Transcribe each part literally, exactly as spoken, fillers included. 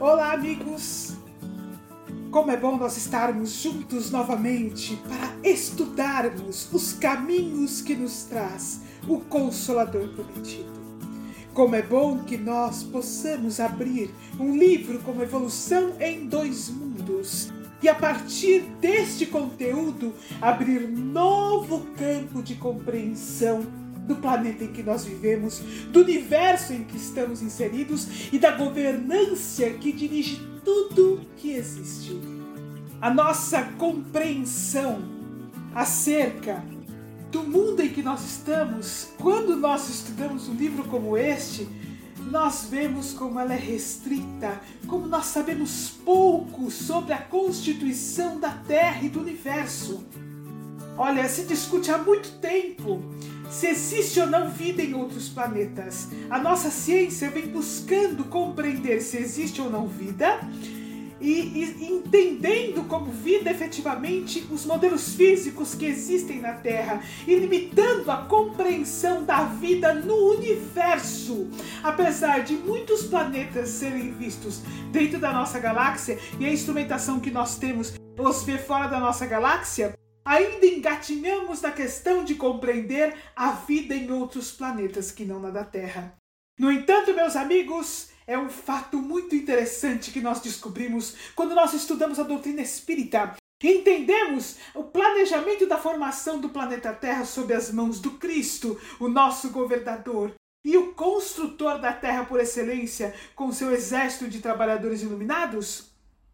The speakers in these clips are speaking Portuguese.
Olá, amigos! Como é bom nós estarmos juntos novamente para estudarmos os caminhos que nos traz o Consolador Prometido. Como é bom que nós possamos abrir um livro como Evolução em Dois Mundos e, a partir deste conteúdo, abrir novo campo de compreensão do planeta em que nós vivemos, do universo em que estamos inseridos e da governança que dirige tudo que existe. A nossa compreensão acerca do mundo em que nós estamos, quando nós estudamos um livro como este, nós vemos como ela é restrita, como nós sabemos pouco sobre a constituição da Terra e do universo. Olha, se discute há muito tempo se existe ou não vida em outros planetas. A nossa ciência vem buscando compreender se existe ou não vida e, e entendendo como vida efetivamente os modelos físicos que existem na Terra e limitando a compreensão da vida no universo. Apesar de muitos planetas serem vistos dentro da nossa galáxia e a instrumentação que nós temos os vê fora da nossa galáxia, ainda engatinhamos na questão de compreender a vida em outros planetas que não na da Terra. No entanto, meus amigos, é um fato muito interessante que nós descobrimos quando nós estudamos a doutrina espírita e entendemos o planejamento da formação do planeta Terra sob as mãos do Cristo, o nosso governador e o construtor da Terra por excelência, com seu exército de trabalhadores iluminados.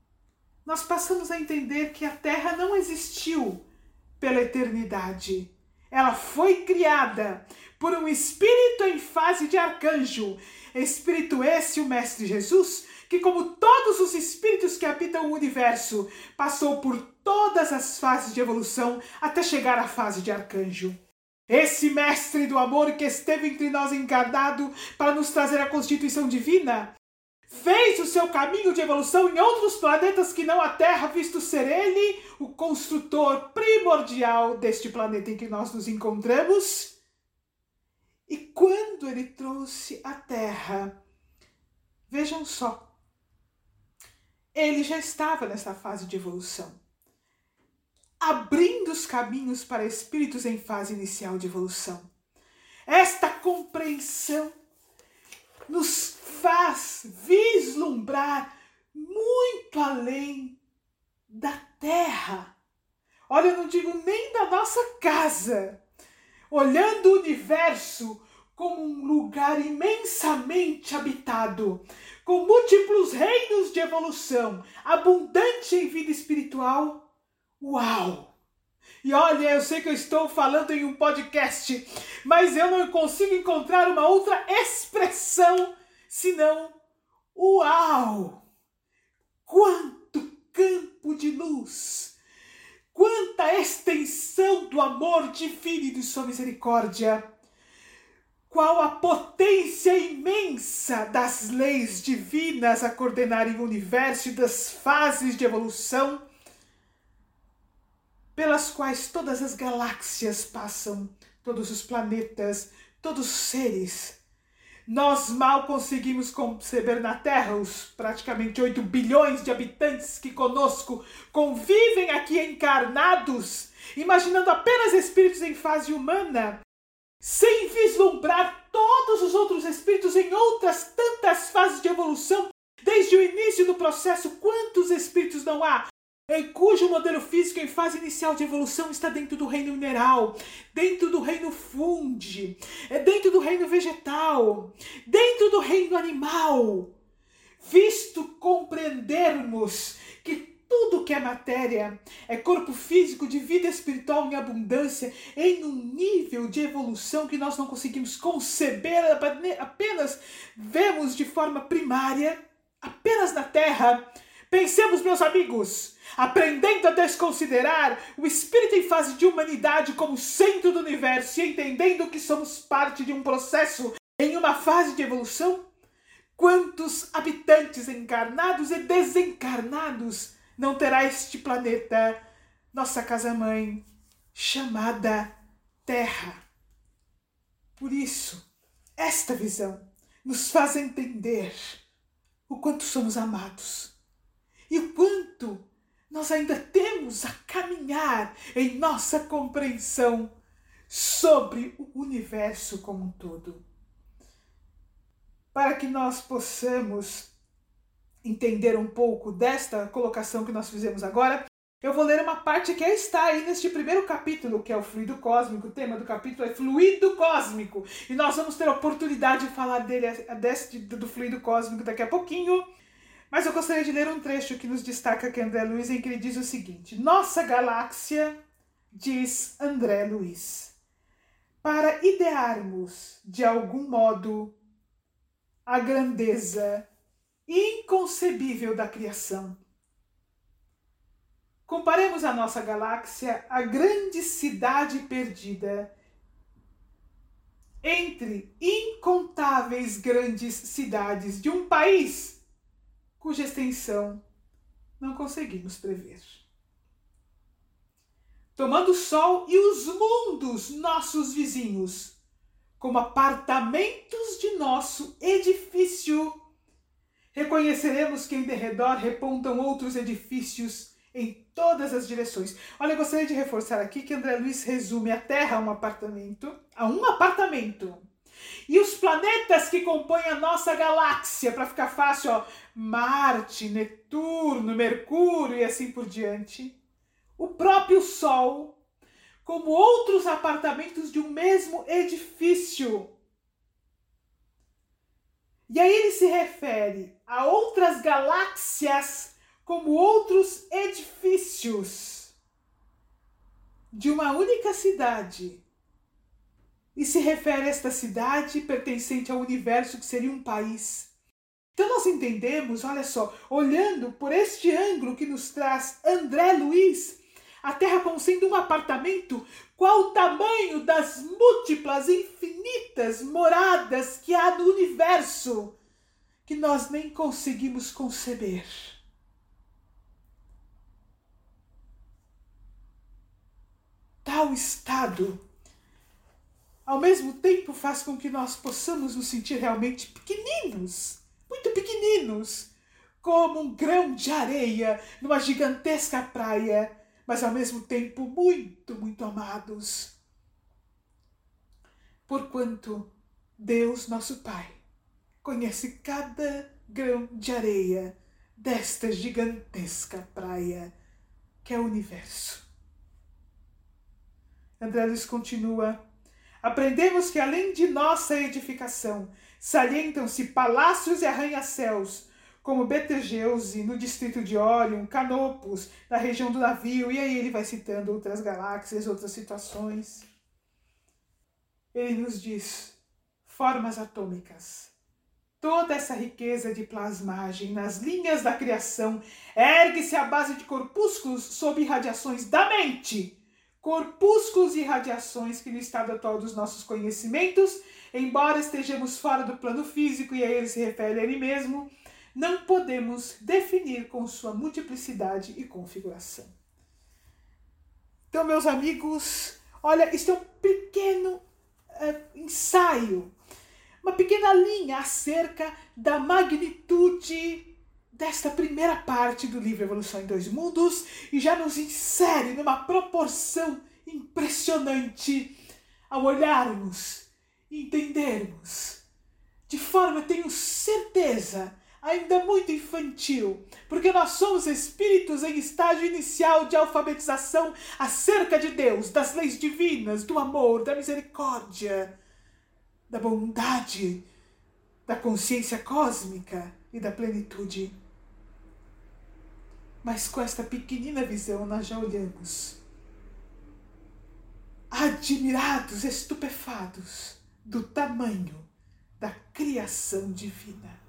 Nós passamos a entender que a Terra não existiu pela eternidade. Ela foi criada por um espírito em fase de arcanjo. Espírito esse, o Mestre Jesus, que, como todos os espíritos que habitam o universo, passou por todas as fases de evolução até chegar à fase de arcanjo. Esse Mestre do amor que esteve entre nós encarnado para nos trazer a constituição divina, fez o seu caminho de evolução em outros planetas que não a Terra, visto ser ele o construtor primordial deste planeta em que nós nos encontramos. E quando ele trouxe a Terra, vejam só, ele já estava nessa fase de evolução, abrindo os caminhos para espíritos em fase inicial de evolução. Esta compreensão nos faz vislumbrar muito além da Terra. Olha, eu não digo nem da nossa casa. Olhando o universo como um lugar imensamente habitado, com múltiplos reinos de evolução, abundante em vida espiritual. Uau! E olha, eu sei que eu estou falando em um podcast, mas eu não consigo encontrar uma outra expressão senão uau! Quanto campo de luz! Quanta extensão do amor divino e de sua misericórdia! Qual a potência imensa das leis divinas a coordenarem o universo e das fases de evolução pelas quais todas as galáxias passam, todos os planetas, todos os seres. Nós mal conseguimos conceber na Terra os praticamente oito bilhões de habitantes que conosco convivem aqui encarnados, imaginando apenas espíritos em fase humana, sem vislumbrar todos os outros espíritos em outras tantas fases de evolução, desde o início do processo. Quantos espíritos não há em cujo modelo físico em fase inicial de evolução está dentro do reino mineral, dentro do reino funde, dentro do reino vegetal, dentro do reino animal, visto compreendermos que tudo que é matéria é corpo físico de vida espiritual em abundância, em um nível de evolução que nós não conseguimos conceber, apenas vemos de forma primária, apenas na Terra. Pensemos, meus amigos, aprendendo a desconsiderar o espírito em fase de humanidade como centro do universo e entendendo que somos parte de um processo em uma fase de evolução, quantos habitantes encarnados e desencarnados não terá este planeta, nossa casa-mãe, chamada Terra? Por isso, esta visão nos faz entender o quanto somos amados e o quanto nós ainda temos a caminhar em nossa compreensão sobre o universo como um todo. Para que nós possamos entender um pouco desta colocação que nós fizemos agora, eu vou ler uma parte que está aí neste primeiro capítulo, que é o fluido cósmico. O tema do capítulo é fluido cósmico. E nós vamos ter a oportunidade de falar dele, deste, do fluido cósmico daqui a pouquinho. Mas eu gostaria de ler um trecho que nos destaca aqui André Luiz, em que ele diz o seguinte: nossa galáxia, diz André Luiz, para idearmos de algum modo a grandeza inconcebível da criação, comparemos a nossa galáxia à grande cidade perdida entre incontáveis grandes cidades de um país cuja extensão não conseguimos prever. Tomando o Sol e os mundos, nossos vizinhos, como apartamentos de nosso edifício, reconheceremos que em derredor repontam outros edifícios em todas as direções. Olha, eu gostaria de reforçar aqui que André Luiz resume a Terra a um apartamento, a um apartamento. E os planetas que compõem a nossa galáxia, para ficar fácil, ó, Marte, Netuno, Mercúrio e assim por diante. O próprio Sol, como outros apartamentos de um mesmo edifício. E aí ele se refere a outras galáxias como outros edifícios de uma única cidade. E se refere a esta cidade pertencente ao universo, que seria um país. Então nós entendemos, olha só, olhando por este ângulo que nos traz André Luiz, a Terra como sendo um apartamento, qual o tamanho das múltiplas, infinitas moradas que há no universo, que nós nem conseguimos conceber. Tal estado, ao mesmo tempo, faz com que nós possamos nos sentir realmente pequeninos, muito pequeninos, como um grão de areia numa gigantesca praia, mas ao mesmo tempo muito, muito amados. Porquanto Deus, nosso Pai, conhece cada grão de areia desta gigantesca praia que é o universo. André Luiz continua: aprendemos que além de nossa edificação, salientam-se palácios e arranha-céus, como Betelgeuse, no distrito de Órion, Canopus, na região do navio, e aí ele vai citando outras galáxias, outras situações. Ele nos diz: formas atômicas. Toda essa riqueza de plasmagem nas linhas da criação ergue-se à base de corpúsculos sob irradiações da mente. Corpúsculos e radiações que no estado atual dos nossos conhecimentos, embora estejamos fora do plano físico, e a ele se refere a ele mesmo, não podemos definir com sua multiplicidade e configuração. Então, meus amigos, olha, este é um pequeno uh, ensaio, uma pequena linha acerca da magnitude desta primeira parte do livro Evolução em Dois Mundos, e já nos insere numa proporção impressionante ao olharmos e entendermos, de forma, tenho certeza, ainda muito infantil, porque nós somos espíritos em estágio inicial de alfabetização acerca de Deus, das leis divinas, do amor, da misericórdia, da bondade, da consciência cósmica e da plenitude. Mas com esta pequenina visão nós já olhamos, admirados, estupefatos do tamanho da criação divina.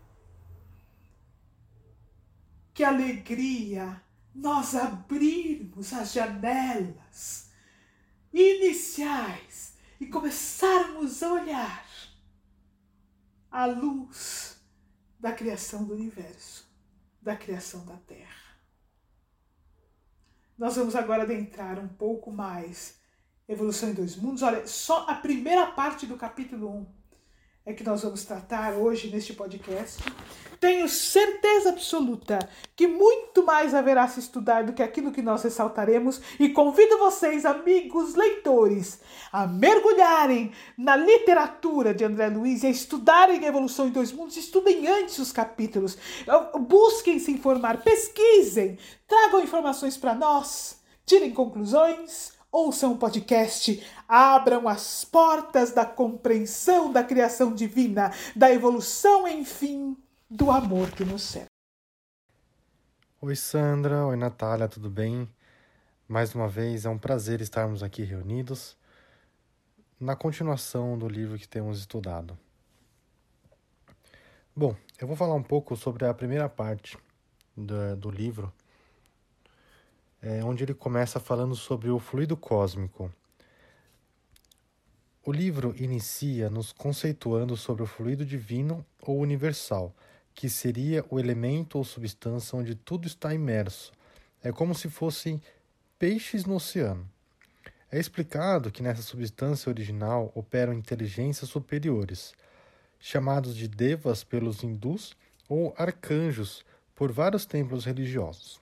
Que alegria nós abrirmos as janelas iniciais e começarmos a olhar a luz da criação do universo, da criação da Terra. Nós vamos agora adentrar um pouco mais Evolução em Dois Mundos. Olha, só a primeira parte do capítulo um é que nós vamos tratar hoje neste podcast. Tenho certeza absoluta que muito mais haverá a se estudar do que aquilo que nós ressaltaremos e convido vocês, amigos leitores, a mergulharem na literatura de André Luiz e a estudarem a Evolução em Dois Mundos. Estudem antes os capítulos, busquem se informar, pesquisem, tragam informações para nós, tirem conclusões, ouçam o podcast, abram as portas da compreensão da criação divina, da evolução, enfim, do amor que nos serve. Oi Sandra, oi Natália, tudo bem? Mais uma vez é um prazer estarmos aqui reunidos na continuação do livro que temos estudado. Bom, eu vou falar um pouco sobre a primeira parte do, do livro, é, onde ele começa falando sobre o fluido cósmico. O livro inicia nos conceituando sobre o fluido divino ou universal, que seria o elemento ou substância onde tudo está imerso. É como se fossem peixes no oceano. É explicado que nessa substância original operam inteligências superiores, chamados de devas pelos hindus ou arcanjos por vários templos religiosos.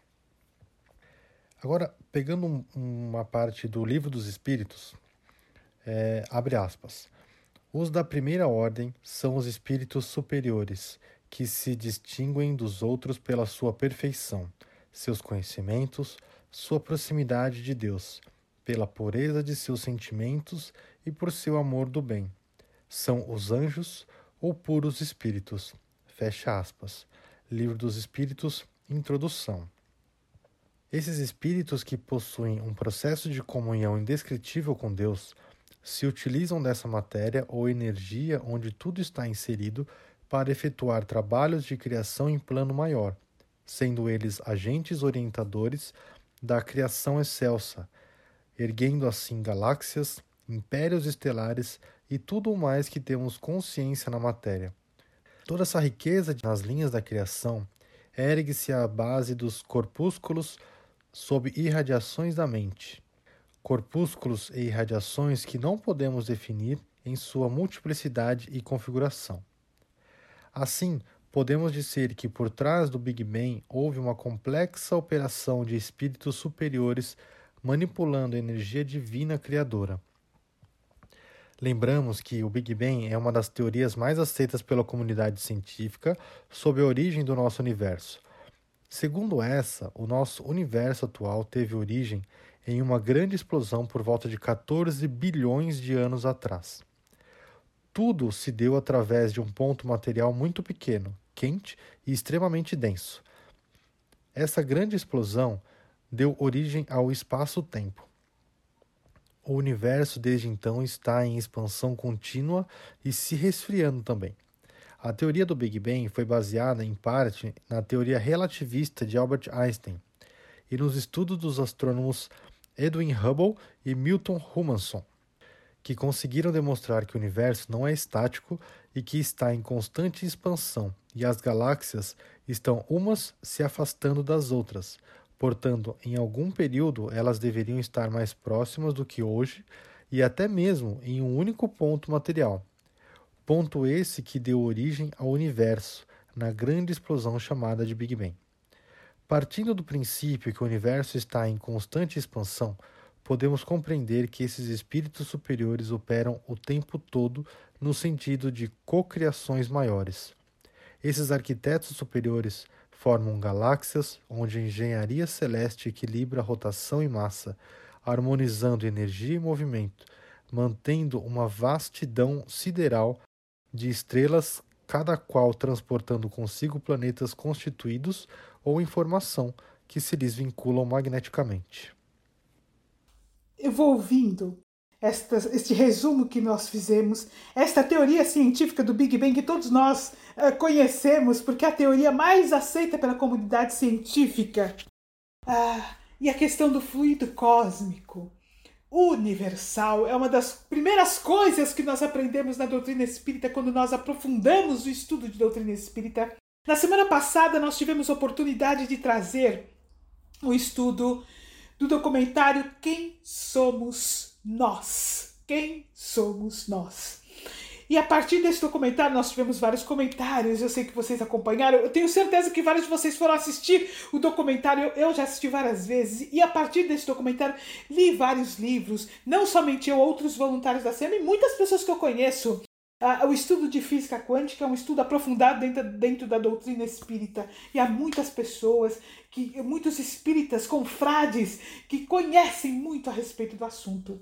Agora, pegando um, uma parte do Livro dos Espíritos, é, abre aspas, os da primeira ordem são os espíritos superiores, que se distinguem dos outros pela sua perfeição, seus conhecimentos, sua proximidade de Deus, pela pureza de seus sentimentos e por seu amor do bem. São os anjos ou puros espíritos. Fecha aspas. Livro dos Espíritos, Introdução. Esses espíritos que possuem um processo de comunhão indescritível com Deus se utilizam dessa matéria ou energia onde tudo está inserido para efetuar trabalhos de criação em plano maior, sendo eles agentes orientadores da criação excelsa, erguendo assim galáxias, impérios estelares e tudo o mais que temos consciência na matéria. Toda essa riqueza nas linhas da criação ergue-se à base dos corpúsculos sob irradiações da mente. Corpúsculos e irradiações que não podemos definir em sua multiplicidade e configuração. Assim, podemos dizer que por trás do Big Bang houve uma complexa operação de espíritos superiores manipulando a energia divina criadora. Lembramos que o Big Bang é uma das teorias mais aceitas pela comunidade científica sobre a origem do nosso universo. Segundo essa, o nosso universo atual teve origem em uma grande explosão por volta de quatorze bilhões de anos atrás. Tudo se deu através de um ponto material muito pequeno, quente e extremamente denso. Essa grande explosão deu origem ao espaço-tempo. O universo desde então está em expansão contínua e se resfriando também. A teoria do Big Bang foi baseada, em parte, na teoria relativista de Albert Einstein e nos estudos dos astrônomos Edwin Hubble e Milton Humansson, que conseguiram demonstrar que o universo não é estático e que está em constante expansão, e as galáxias estão umas se afastando das outras. Portanto, em algum período elas deveriam estar mais próximas do que hoje e até mesmo em um único ponto material. Ponto esse que deu origem ao universo, na grande explosão chamada de Big Bang. Partindo do princípio que o universo está em constante expansão, podemos compreender que esses espíritos superiores operam o tempo todo no sentido de cocriações maiores. Esses arquitetos superiores formam galáxias onde a engenharia celeste equilibra rotação e massa, harmonizando energia e movimento, mantendo uma vastidão sideral de estrelas, cada qual transportando consigo planetas constituídos ou informação que se lhes vinculam magneticamente. Eu vou ouvindo esta, este resumo que nós fizemos, esta teoria científica do Big Bang que todos nós uh, conhecemos, porque é a teoria mais aceita pela comunidade científica. Ah, e a questão do fluido cósmico universal é uma das primeiras coisas que nós aprendemos na doutrina espírita quando nós aprofundamos o estudo de doutrina espírita. Na semana passada nós tivemos a oportunidade de trazer o estudo do documentário Quem Somos Nós? Quem Somos Nós? E a partir desse documentário, nós tivemos vários comentários, eu sei que vocês acompanharam, eu tenho certeza que vários de vocês foram assistir o documentário, eu já assisti várias vezes, e a partir desse documentário li vários livros, não somente eu, outros voluntários da SEMA e muitas pessoas que eu conheço. Ah, o estudo de física quântica é um estudo aprofundado dentro, dentro da doutrina espírita, e há muitas pessoas, que, muitos espíritas, confrades, que conhecem muito a respeito do assunto.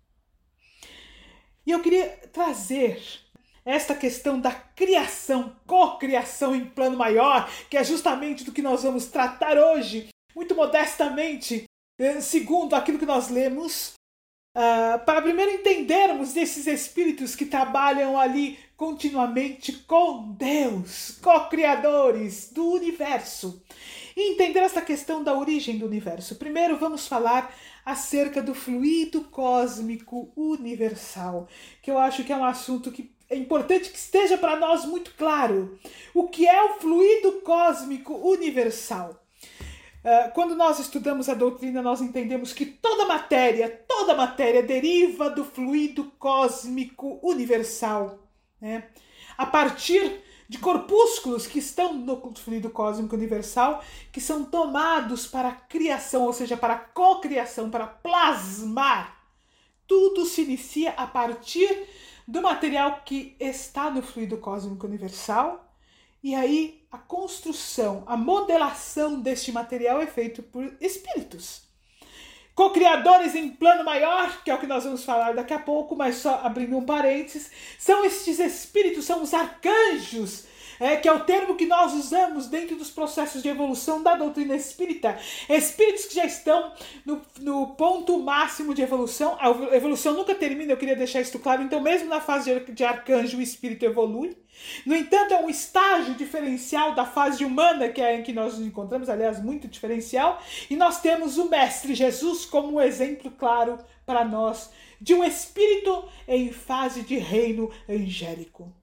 E eu queria trazer esta questão da criação, cocriação em plano maior, que é justamente do que nós vamos tratar hoje, muito modestamente, segundo aquilo que nós lemos, uh, para primeiro entendermos desses espíritos que trabalham ali continuamente com Deus, co-criadores do universo, e entender essa questão da origem do universo. Primeiro vamos falar acerca do fluido cósmico universal, que eu acho que é um assunto que é importante que esteja para nós muito claro. O que é o fluido cósmico universal? Uh, quando nós estudamos a doutrina, nós entendemos que toda matéria, toda matéria deriva do fluido cósmico universal, né? A partir de corpúsculos que estão no fluido cósmico universal, que são tomados para a criação, ou seja, para a cocriação, para plasmar. Tudo se inicia a partir do material que está no fluido cósmico universal, e aí a construção, a modelação deste material é feita por espíritos. Co-criadores em plano maior, que é o que nós vamos falar daqui a pouco, mas só abrindo um parênteses, são estes espíritos, são os arcanjos, é, que é o termo que nós usamos dentro dos processos de evolução da doutrina espírita. Espíritos que já estão no, no ponto máximo de evolução. A evolução nunca termina, eu queria deixar isso claro, então mesmo na fase de, de arcanjo o espírito evolui. No entanto, é um estágio diferencial da fase humana, que é em que nós nos encontramos, aliás, muito diferencial, e nós temos o Mestre Jesus como um exemplo claro para nós de um espírito em fase de reino angélico.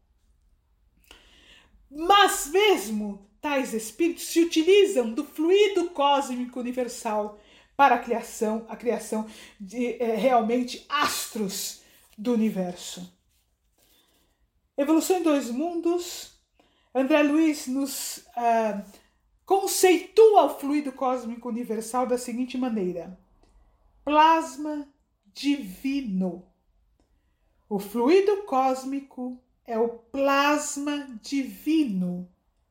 Mas mesmo tais espíritos se utilizam do fluido cósmico universal para a criação, a criação de é, realmente astros do universo. Evolução em Dois Mundos, André Luiz nos uh, conceitua o fluido cósmico universal da seguinte maneira: plasma divino. O fluido cósmico é o plasma divino,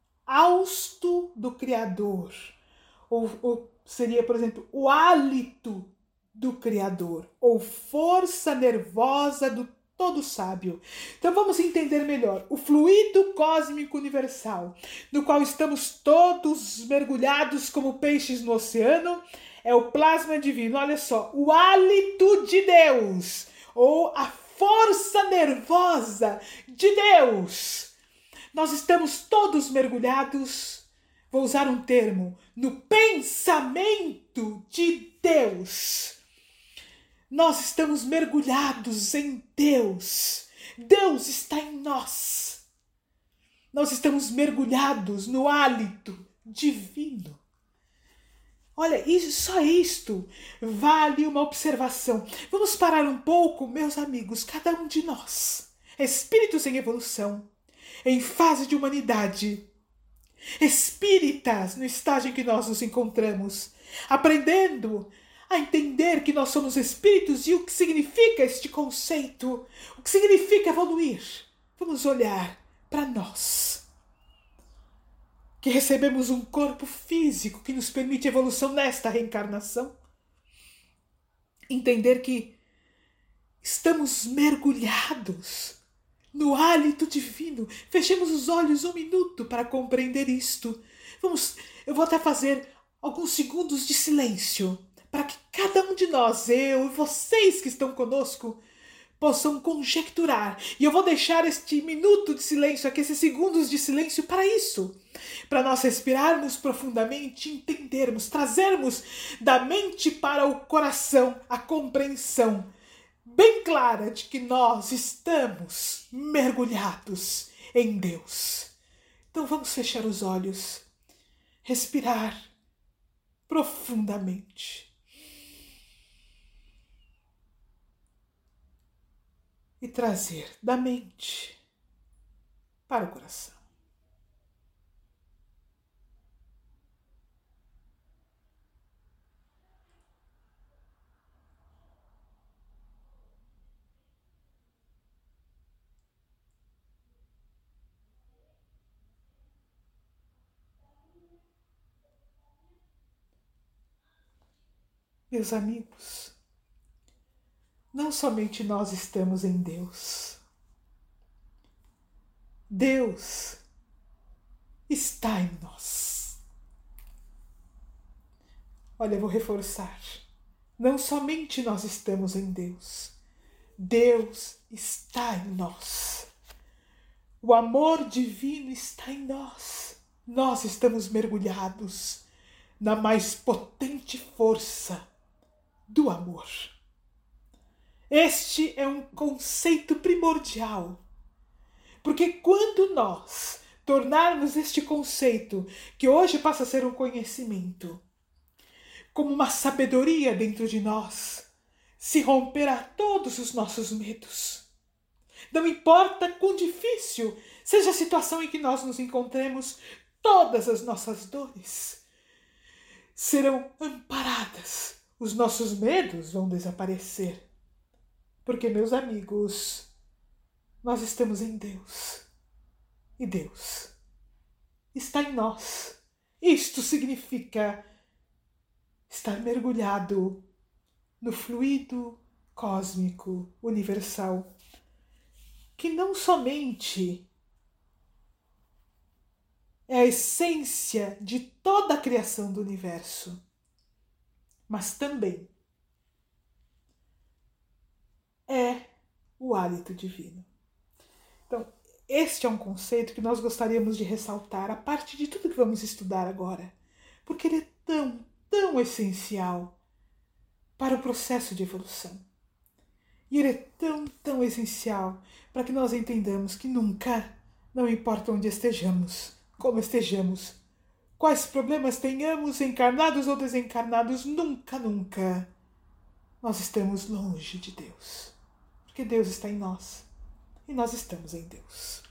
hausto do Criador, ou, ou seria, por exemplo, o hálito do Criador, ou força nervosa do todo sábio. Então vamos entender melhor. O fluido cósmico universal, no qual estamos todos mergulhados como peixes no oceano, é o plasma divino. Olha só, o hálito de Deus, ou a força nervosa de Deus. Nós estamos todos mergulhados, vou usar um termo, no pensamento de Deus. Nós estamos mergulhados em Deus. Deus está em nós. Nós estamos mergulhados no hálito divino. Olha, isso, só isto vale uma observação. Vamos parar um pouco, meus amigos, cada um de nós, espíritos em evolução, em fase de humanidade, espíritas no estágio em que nós nos encontramos, aprendendo a entender que nós somos espíritos e o que significa este conceito, o que significa evoluir. Vamos olhar para nós, que recebemos um corpo físico que nos permite evolução nesta reencarnação. Entender que estamos mergulhados no hálito divino. Fechemos os olhos um minuto para compreender isto. Vamos, eu vou até fazer alguns segundos de silêncio para que cada um de nós, eu e vocês que estão conosco, possam conjecturar. E eu vou deixar este minuto de silêncio aqui, esses segundos de silêncio para isso. Para nós respirarmos profundamente, entendermos, trazermos da mente para o coração a compreensão bem clara de que nós estamos mergulhados em Deus. Então vamos fechar os olhos, respirar profundamente. E trazer da mente para o coração. Meus amigos, não somente nós estamos em Deus. Deus está em nós. Olha, eu vou reforçar. Não somente nós estamos em Deus. Deus está em nós. O amor divino está em nós. Nós estamos mergulhados na mais potente força do amor. Este é um conceito primordial, porque quando nós tornarmos este conceito, que hoje passa a ser um conhecimento, como uma sabedoria dentro de nós, se romperá todos os nossos medos. Não importa quão difícil seja a situação em que nós nos encontremos, todas as nossas dores serão amparadas. Os nossos medos vão desaparecer. Porque, meus amigos, nós estamos em Deus. E Deus está em nós. Isto significa estar mergulhado no fluido cósmico universal, que não somente é a essência de toda a criação do universo, mas também é o hálito divino. Então, este é um conceito que nós gostaríamos de ressaltar a parte de tudo que vamos estudar agora, porque ele é tão, tão essencial para o processo de evolução. E ele é tão, tão essencial para que nós entendamos que nunca, não importa onde estejamos, como estejamos, quais problemas tenhamos, encarnados ou desencarnados, nunca, nunca nós estamos longe de Deus. Porque Deus está em nós e nós estamos em Deus.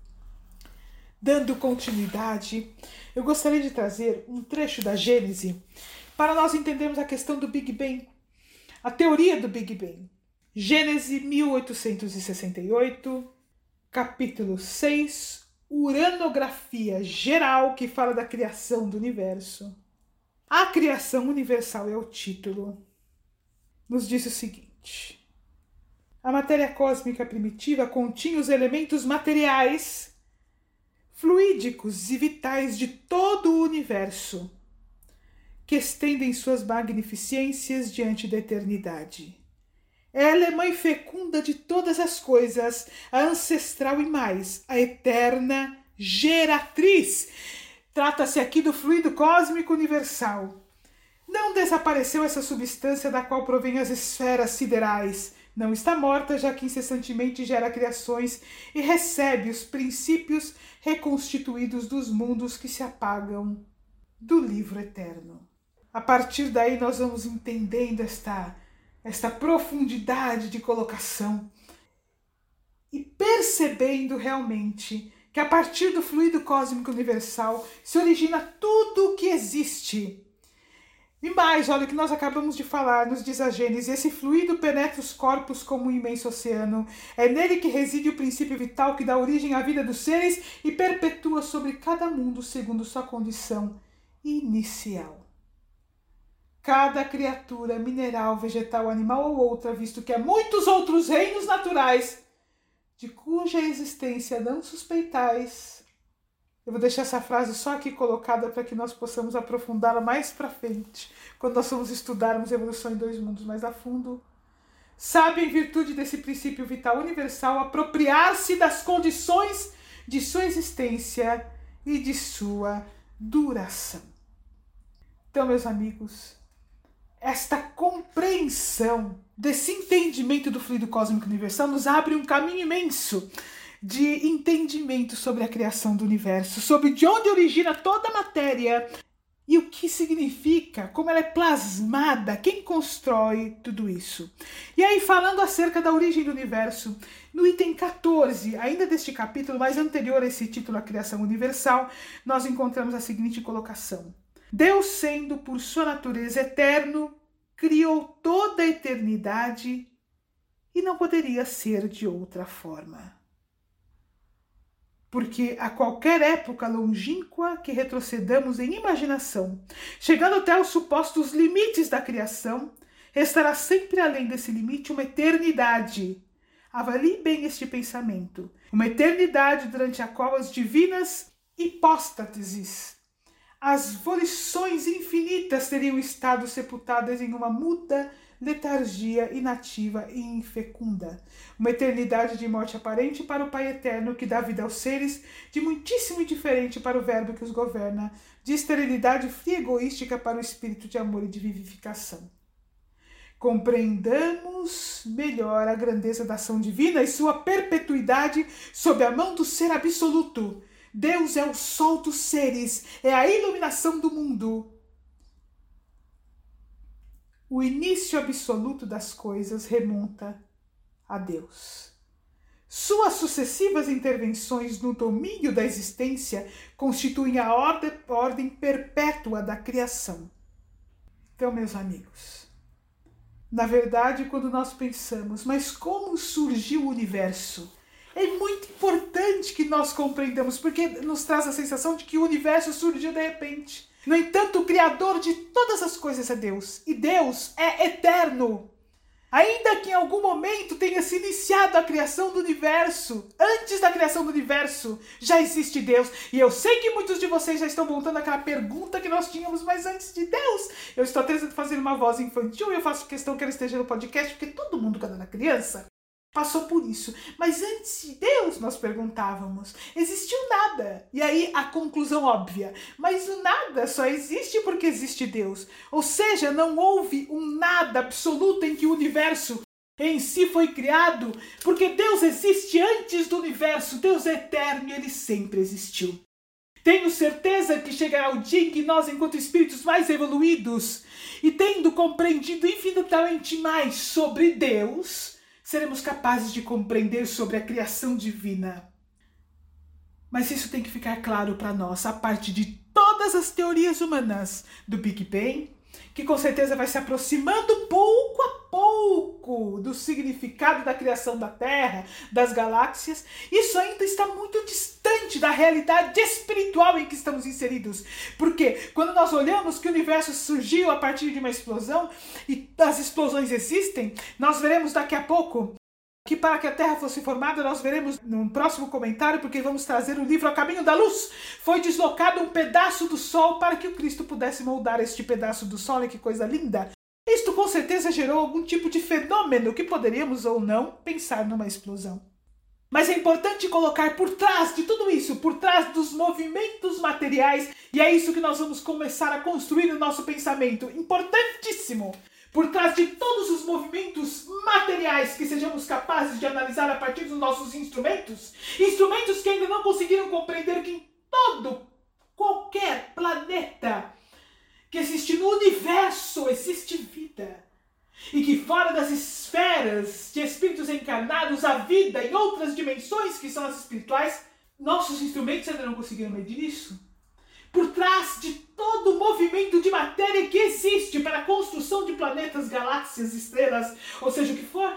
Dando continuidade, eu gostaria de trazer um trecho da Gênese para nós entendermos a questão do Big Bang, a teoria do Big Bang. Gênese mil oitocentos e sessenta e oito, capítulo seis, Uranografia geral, que fala da criação do universo. A criação universal é o título. Nos diz o seguinte: a matéria cósmica primitiva continha os elementos materiais, fluídicos e vitais de todo o universo, que estendem suas magnificências diante da eternidade. Ela é mãe fecunda de todas as coisas, a ancestral e mais, a eterna geratriz. Trata-se aqui do fluido cósmico universal. Não desapareceu essa substância da qual provém as esferas siderais. Não está morta, já que incessantemente gera criações e recebe os princípios reconstituídos dos mundos que se apagam do livro eterno. A partir daí nós vamos entendendo esta, esta profundidade de colocação e percebendo realmente que a partir do fluido cósmico universal se origina tudo o que existe. E mais, olha o que nós acabamos de falar, nos diz a Gênese: esse fluido penetra os corpos como um imenso oceano. É nele que reside o princípio vital que dá origem à vida dos seres e perpetua sobre cada mundo segundo sua condição inicial. Cada criatura, mineral, vegetal, animal ou outra, visto que há muitos outros reinos naturais, de cuja existência não suspeitais. Eu vou deixar essa frase só aqui colocada para que nós possamos aprofundá-la mais para frente, quando nós formos estudarmos a evolução em dois mundos mais a fundo. Sabe, em virtude desse princípio vital universal, apropriar-se das condições de sua existência e de sua duração. Então, meus amigos, esta compreensão desse entendimento do fluido cósmico universal nos abre um caminho imenso de entendimento sobre a criação do universo, sobre de onde origina toda a matéria e o que significa, como ela é plasmada, quem constrói tudo isso. E aí, falando acerca da origem do universo, no item quatorze, ainda deste capítulo, mas anterior a esse título, a criação universal, nós encontramos a seguinte colocação: Deus, sendo por sua natureza eterno, criou toda a eternidade e não poderia ser de outra forma. Porque a qualquer época longínqua que retrocedamos em imaginação, chegando até os supostos limites da criação, restará sempre além desse limite uma eternidade. Avalie bem este pensamento. Uma eternidade durante a qual as divinas hipóstases, as volições infinitas teriam estado sepultadas em uma muda letargia inativa e infecunda. Uma eternidade de morte aparente para o Pai Eterno que dá vida aos seres, de muitíssimo indiferente para o Verbo que os governa, de esterilidade fria e egoística para o espírito de amor e de vivificação. Compreendamos melhor a grandeza da ação divina e sua perpetuidade sob a mão do ser absoluto. Deus é o sol dos seres, é a iluminação do mundo. O início absoluto das coisas remonta a Deus. Suas sucessivas intervenções no domínio da existência constituem a ordem, ordem perpétua da criação. Então, meus amigos, na verdade, quando nós pensamos, mas como surgiu o universo? É muito importante que nós compreendamos, porque nos traz a sensação de que o universo surgiu de repente. No entanto, o Criador de todas as coisas é Deus, e Deus é eterno. Ainda que em algum momento tenha se iniciado a criação do universo, antes da criação do universo, já existe Deus. E eu sei que muitos de vocês já estão voltando àquela pergunta que nós tínhamos, mas antes de Deus, eu estou tentando fazer uma voz infantil e eu faço questão que ela esteja no podcast, porque todo mundo, quando era criança, passou por isso. Mas antes de Deus, nós perguntávamos, existiu nada? E aí a conclusão óbvia, mas o nada só existe porque existe Deus. Ou seja, não houve um nada absoluto em que o universo em si foi criado, porque Deus existe antes do universo. Deus é eterno e ele sempre existiu. Tenho certeza que chegará o dia em que nós, enquanto espíritos mais evoluídos, e tendo compreendido infinitamente mais sobre Deus, seremos capazes de compreender sobre a criação divina. Mas isso tem que ficar claro para nós, a parte de todas as teorias humanas do Big Bang, que com certeza vai se aproximando pouco a pouco do significado da criação da Terra, das galáxias. Isso ainda está muito distante da realidade espiritual em que estamos inseridos. Porque quando nós olhamos que o universo surgiu a partir de uma explosão, e as explosões existem, nós veremos daqui a pouco que para que a Terra fosse formada, nós veremos no próximo comentário, porque vamos trazer o livro A Caminho da Luz. Foi deslocado um pedaço do Sol para que o Cristo pudesse moldar este pedaço do Sol, e que coisa linda! Isto com certeza gerou algum tipo de fenômeno que poderíamos ou não pensar numa explosão. Mas é importante colocar por trás de tudo isso, por trás dos movimentos materiais, e é isso que nós vamos começar a construir no nosso pensamento. Importantíssimo! Por trás de todos os movimentos materiais que sejamos capazes de analisar a partir dos nossos instrumentos, instrumentos que ainda não conseguiram compreender que em todo, qualquer planeta que existe no universo, existe vida. E que fora das esferas de espíritos encarnados há vida em outras dimensões que são as espirituais, nossos instrumentos ainda não conseguiram medir isso. Por trás de todo o movimento de matéria que existe para a construção de planetas, galáxias, estrelas, ou seja o que for,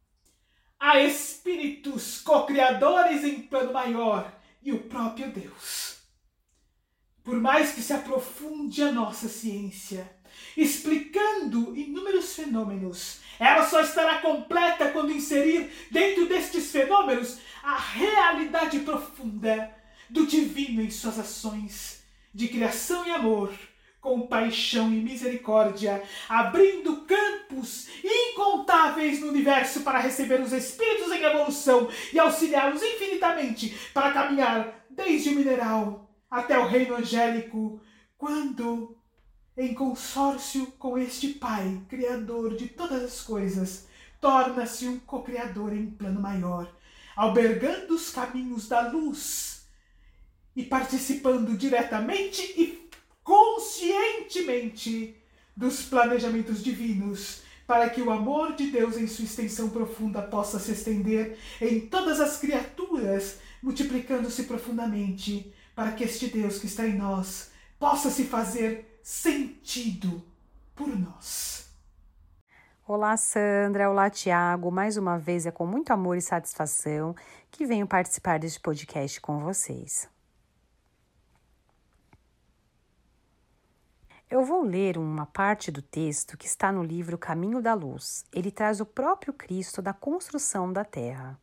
há espíritos co-criadores em plano maior e o próprio Deus. Por mais que se aprofunde a nossa ciência, explicando inúmeros fenômenos, ela só estará completa quando inserir dentro destes fenômenos a realidade profunda do divino em suas ações de criação e amor, compaixão e misericórdia, abrindo campos incontáveis no universo para receber os espíritos em evolução e auxiliá-los infinitamente para caminhar desde o mineral até o reino angélico, quando, em consórcio com este Pai, Criador de todas as coisas, torna-se um co-criador em plano maior, albergando os caminhos da luz, e participando diretamente e conscientemente fortemente dos planejamentos divinos, para que o amor de Deus em sua extensão profunda possa se estender em todas as criaturas, multiplicando-se profundamente, para que este Deus que está em nós possa se fazer sentido por nós. Olá, Sandra. Olá, Tiago. Mais uma vez é com muito amor e satisfação que venho participar deste podcast com vocês. Eu vou ler uma parte do texto que está no livro Caminho da Luz. Ele traz o próprio Cristo da construção da Terra.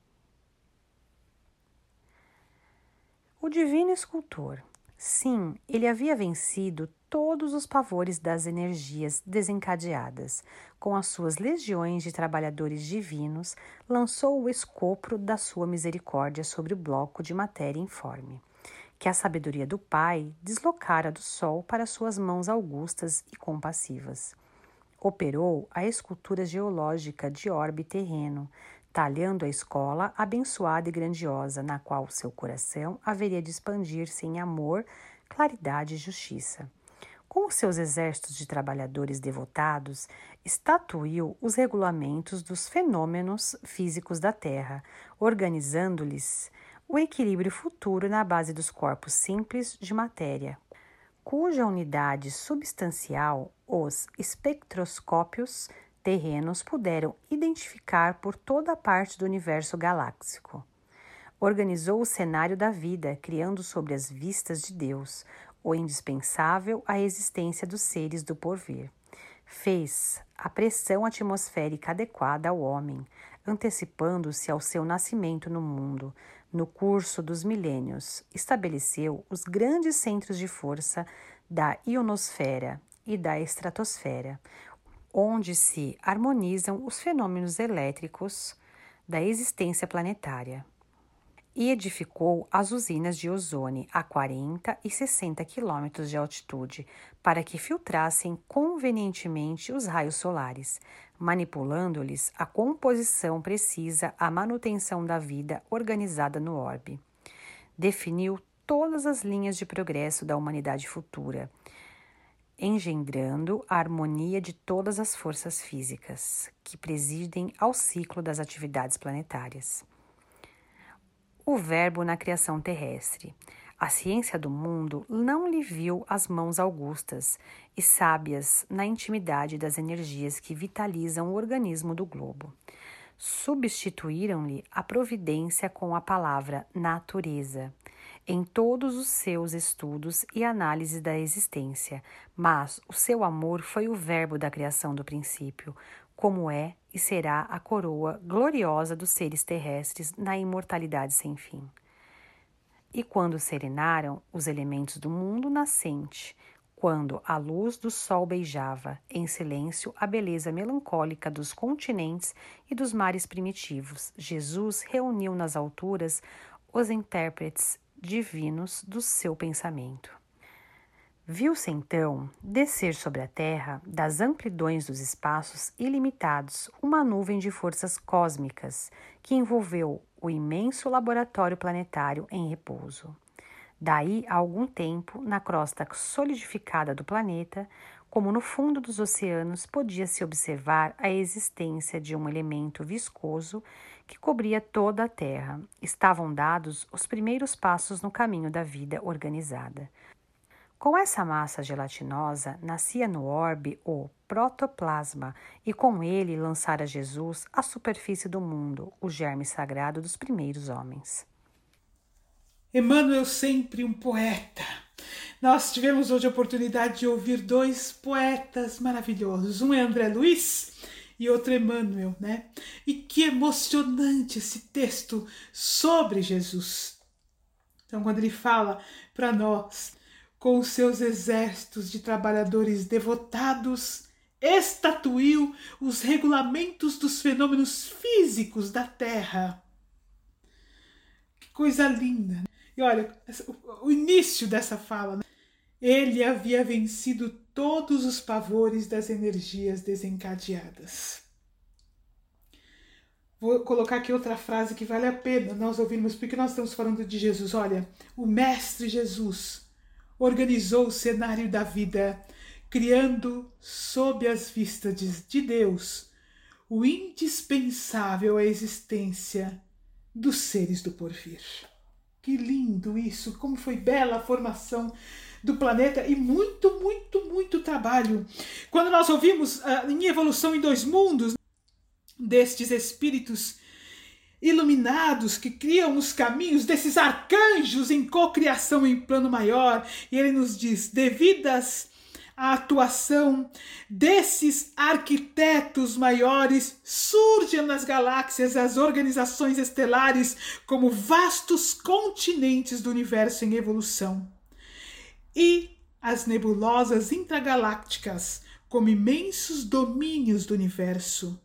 O divino escultor. Sim, ele havia vencido todos os pavores das energias desencadeadas. Com as suas legiões de trabalhadores divinos, lançou o escopro da sua misericórdia sobre o bloco de matéria informe, que a sabedoria do Pai deslocara do sol para suas mãos augustas e compassivas. Operou a escultura geológica de orbe terreno, talhando a escola abençoada e grandiosa, na qual seu coração haveria de expandir-se em amor, claridade e justiça. Com os seus exércitos de trabalhadores devotados, estatuiu os regulamentos dos fenômenos físicos da Terra, organizando-lhes o equilíbrio futuro na base dos corpos simples de matéria, cuja unidade substancial os espectroscópios terrenos puderam identificar por toda a parte do universo galáxico. Organizou o cenário da vida, criando sobre as vistas de Deus o indispensável à existência dos seres do porvir. Fez a pressão atmosférica adequada ao homem, antecipando-se ao seu nascimento no mundo. No curso dos milênios, estabeleceu os grandes centros de força da ionosfera e da estratosfera, onde se harmonizam os fenômenos elétricos da existência planetária. E edificou as usinas de ozônio a quarenta e sessenta quilômetros de altitude para que filtrassem convenientemente os raios solares, manipulando-lhes a composição precisa à manutenção da vida organizada no orbe. Definiu todas as linhas de progresso da humanidade futura, engendrando a harmonia de todas as forças físicas que presidem ao ciclo das atividades planetárias. O verbo na criação terrestre. A ciência do mundo não lhe viu as mãos augustas e sábias na intimidade das energias que vitalizam o organismo do globo. Substituíram-lhe a providência com a palavra natureza em todos os seus estudos e análise da existência, mas o seu amor foi o verbo da criação do princípio, como é e será a coroa gloriosa dos seres terrestres na imortalidade sem fim. E quando serenaram os elementos do mundo nascente, quando a luz do sol beijava, em silêncio, a beleza melancólica dos continentes e dos mares primitivos, Jesus reuniu nas alturas os intérpretes divinos do seu pensamento. Viu-se então descer sobre a terra, das amplidões dos espaços ilimitados, uma nuvem de forças cósmicas que envolveu o imenso laboratório planetário em repouso. Daí a algum tempo, na crosta solidificada do planeta, como no fundo dos oceanos, podia-se observar a existência de um elemento viscoso que cobria toda a Terra. Estavam dados os primeiros passos no caminho da vida organizada. Com essa massa gelatinosa, nascia no orbe o protoplasma e com ele lançara Jesus à superfície do mundo, o germe sagrado dos primeiros homens. Emmanuel sempre um poeta. Nós tivemos hoje a oportunidade de ouvir dois poetas maravilhosos. Um é André Luiz e outro Emmanuel, né? E que emocionante esse texto sobre Jesus. Então, quando ele fala para nós, com os seus exércitos de trabalhadores devotados, estatuiu os regulamentos dos fenômenos físicos da Terra. Que coisa linda! E olha, o início dessa fala, né? Ele havia vencido todos os pavores das energias desencadeadas. Vou colocar aqui outra frase que vale a pena nós ouvirmos, porque nós estamos falando de Jesus. Olha, o Mestre Jesus organizou o cenário da vida, criando, sob as vistas de Deus, o indispensável à existência dos seres do porvir. Que lindo isso! Como foi bela a formação do planeta e muito, muito, muito trabalho. Quando nós ouvimos uh, em Evolução em Dois Mundos, destes espíritos iluminados que criam os caminhos, desses arcanjos em cocriação em plano maior, e ele nos diz, devidas à atuação desses arquitetos maiores, surgem nas galáxias as organizações estelares como vastos continentes do universo em evolução, e as nebulosas intragalácticas como imensos domínios do universo.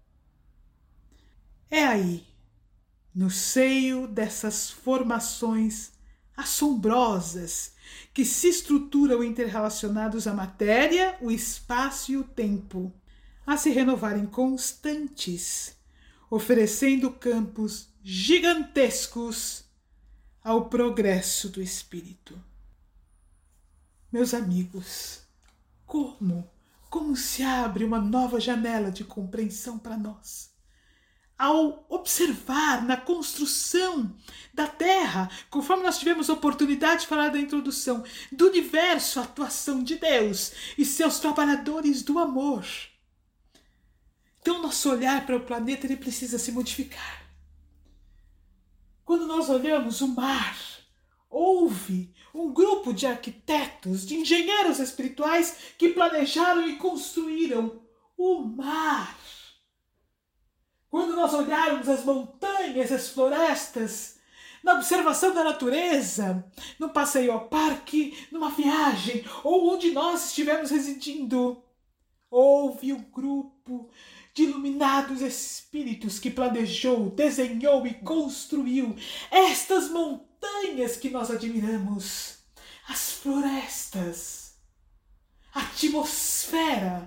É aí, no seio dessas formações assombrosas que se estruturam interrelacionados à matéria, o espaço e o tempo, a se renovarem constantes, oferecendo campos gigantescos ao progresso do espírito. Meus amigos, como, como se abre uma nova janela de compreensão para nós? Ao observar na construção da Terra, conforme nós tivemos a oportunidade de falar da introdução, do universo, a atuação de Deus e seus trabalhadores do amor. Então, nosso olhar para o planeta ele precisa se modificar. Quando nós olhamos o mar, houve um grupo de arquitetos, de engenheiros espirituais que planejaram e construíram o mar. Quando nós olharmos as montanhas, as florestas, na observação da natureza, num passeio ao parque, numa viagem, ou onde nós estivermos residindo, houve um grupo de iluminados espíritos que planejou, desenhou e construiu estas montanhas que nós admiramos, as florestas, a atmosfera.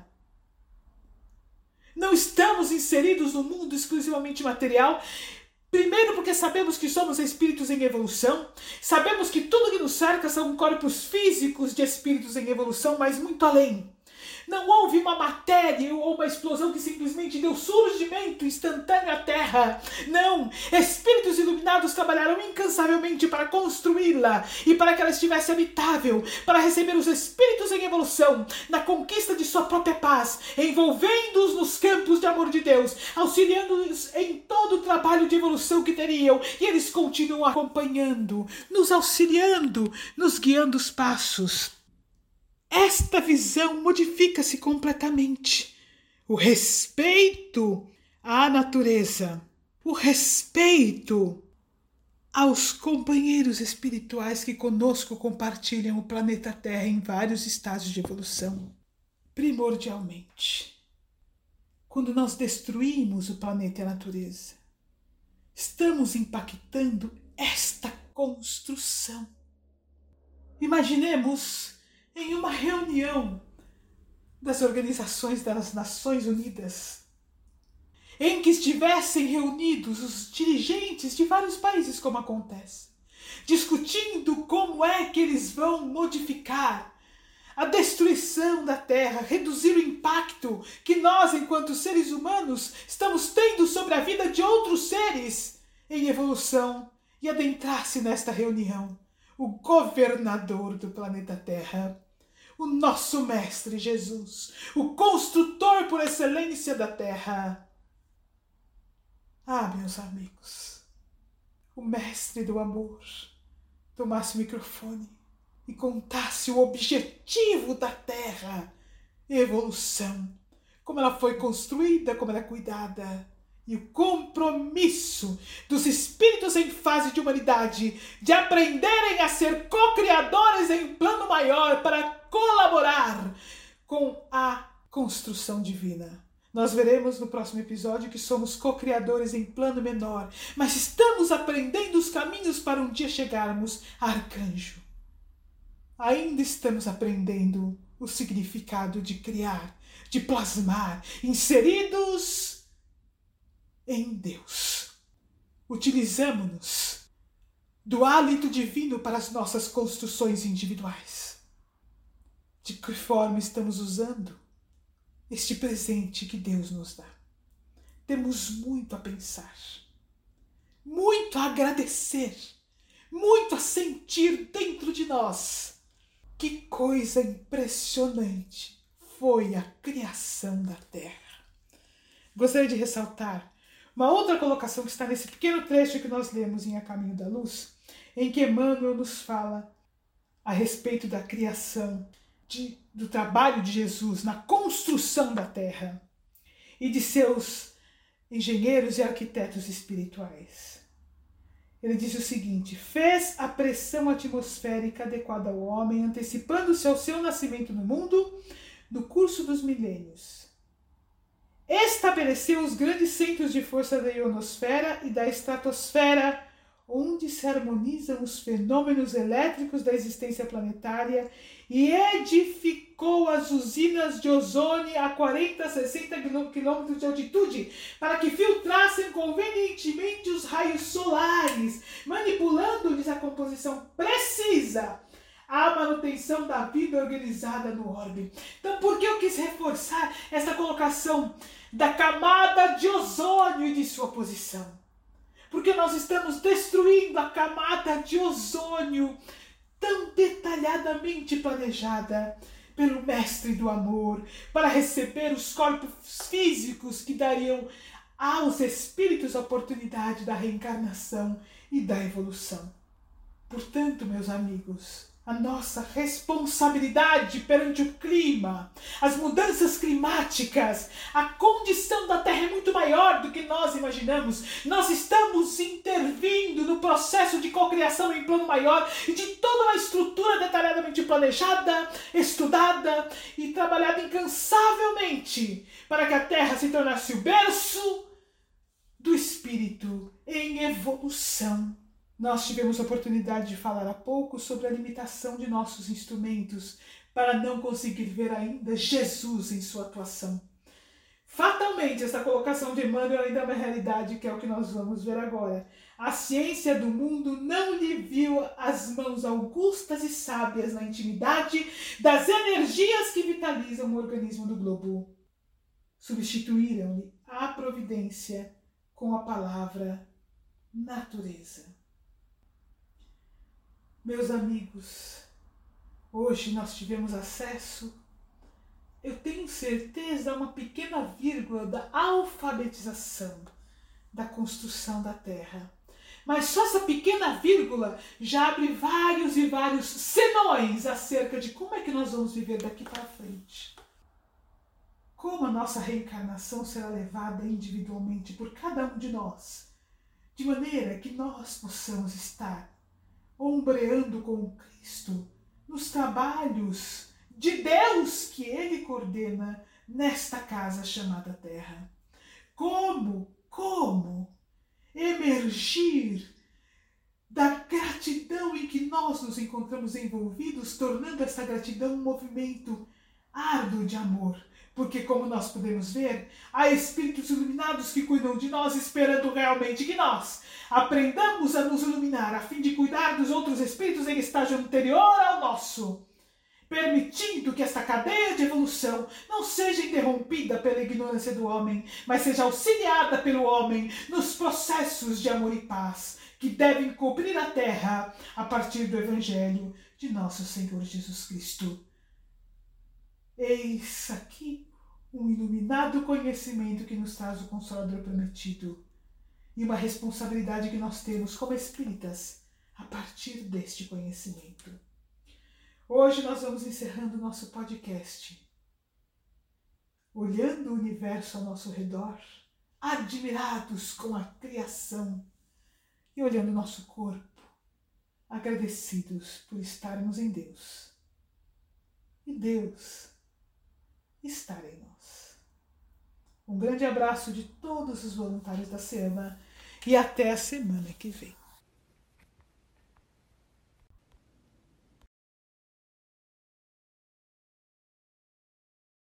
Não estamos inseridos no mundo exclusivamente material, primeiro porque sabemos que somos espíritos em evolução, sabemos que tudo que nos cerca são corpos físicos de espíritos em evolução, mas muito além. Não houve uma matéria ou uma explosão que simplesmente deu surgimento instantâneo à Terra. Não! Espíritos iluminados trabalharam incansavelmente para construí-la e para que ela estivesse habitável, para receber os espíritos em evolução, na conquista de sua própria paz, envolvendo-os nos campos de amor de Deus, auxiliando-os em todo o trabalho de evolução que teriam. E eles continuam acompanhando, nos auxiliando, nos guiando os passos. Esta visão modifica-se completamente. O respeito à natureza, o respeito aos companheiros espirituais que conosco compartilham o planeta Terra em vários estágios de evolução. Primordialmente, quando nós destruímos o planeta e a natureza, estamos impactando esta construção. Imaginemos em uma reunião das organizações das Nações Unidas, em que estivessem reunidos os dirigentes de vários países, como acontece, discutindo como é que eles vão modificar a destruição da Terra, reduzir o impacto que nós, enquanto seres humanos, estamos tendo sobre a vida de outros seres em evolução, e adentrar-se nesta reunião o governador do planeta Terra, o nosso Mestre Jesus, o construtor por excelência da Terra. Ah, meus amigos, o Mestre do Amor tomasse o microfone e contasse o objetivo da Terra, evolução, como ela foi construída, como ela é cuidada, e o compromisso dos espíritos em fase de humanidade de aprenderem a ser co-criadores em plano maior para colaborar com a construção divina. Nós veremos no próximo episódio que somos co-criadores em plano menor, mas estamos aprendendo os caminhos para um dia chegarmos a arcanjo. Ainda estamos aprendendo o significado de criar, de plasmar, inseridos em Deus. Utilizamo-nos do hálito divino para as nossas construções individuais. de que forma estamos usando este presente que Deus nos dá. Temos muito a pensar, muito a agradecer, muito a sentir dentro de nós. Que coisa impressionante foi a criação da Terra. Gostaria de ressaltar uma outra colocação que está nesse pequeno trecho que nós lemos em A Caminho da Luz, em que Emmanuel nos fala a respeito da criação, de, do trabalho de Jesus na construção da Terra e de seus engenheiros e arquitetos espirituais. Ele diz o seguinte: fez a pressão atmosférica adequada ao homem, antecipando-se ao seu nascimento no mundo no curso dos milênios. Estabeleceu os grandes centros de força da ionosfera e da estratosfera, onde se harmonizam os fenômenos elétricos da existência planetária, e edificou as usinas de ozônio a quarenta a sessenta quilômetros de altitude, para que filtrassem convenientemente os raios solares, manipulando-lhes a composição precisa à manutenção da vida organizada no orbe. Então, por que eu quis reforçar essa colocação da camada de ozônio e de sua posição? Porque nós estamos destruindo a camada de ozônio tão detalhadamente planejada pelo Mestre do Amor para receber os corpos físicos que dariam aos espíritos a oportunidade da reencarnação e da evolução. Portanto, meus amigos, a nossa responsabilidade perante o clima, as mudanças climáticas, a condição da Terra é muito maior do que nós imaginamos. Nós estamos intervindo no processo de cocriação em plano maior e de toda uma estrutura detalhadamente planejada, estudada e trabalhada incansavelmente para que a Terra se tornasse o berço do espírito em evolução. Nós tivemos a oportunidade de falar há pouco sobre a limitação de nossos instrumentos para não conseguir ver ainda Jesus em sua atuação. Fatalmente, essa colocação de Emmanuel ainda é uma realidade, que é o que nós vamos ver agora. A ciência do mundo não lhe viu as mãos augustas e sábias na intimidade das energias que vitalizam o organismo do globo. Substituíram-lhe a providência com a palavra natureza. Meus amigos, hoje nós tivemos acesso, eu tenho certeza, a uma pequena vírgula da alfabetização da construção da Terra. Mas só essa pequena vírgula já abre vários e vários senões acerca de como é que nós vamos viver daqui para frente. Como a nossa reencarnação será levada individualmente por cada um de nós, de maneira que nós possamos estar ombreando com Cristo nos trabalhos de Deus que Ele coordena nesta casa chamada Terra. Como, como emergir da gratidão em que nós nos encontramos envolvidos, tornando essa gratidão um movimento árduo de amor. Porque, como nós podemos ver, há espíritos iluminados que cuidam de nós, esperando realmente que nós aprendamos a nos iluminar, a fim de cuidar dos outros espíritos em estágio anterior ao nosso, permitindo que esta cadeia de evolução não seja interrompida pela ignorância do homem, mas seja auxiliada pelo homem nos processos de amor e paz que devem cobrir a Terra a partir do Evangelho de nosso Senhor Jesus Cristo. Eis aqui um iluminado conhecimento que nos traz o Consolador prometido e uma responsabilidade que nós temos como espíritas a partir deste conhecimento. Hoje nós vamos encerrando o nosso podcast, olhando o universo ao nosso redor, admirados com a criação e olhando o nosso corpo, agradecidos por estarmos em Deus. E Deus estar em nós. Um grande abraço de todos os voluntários da SEAMA e até a semana que vem.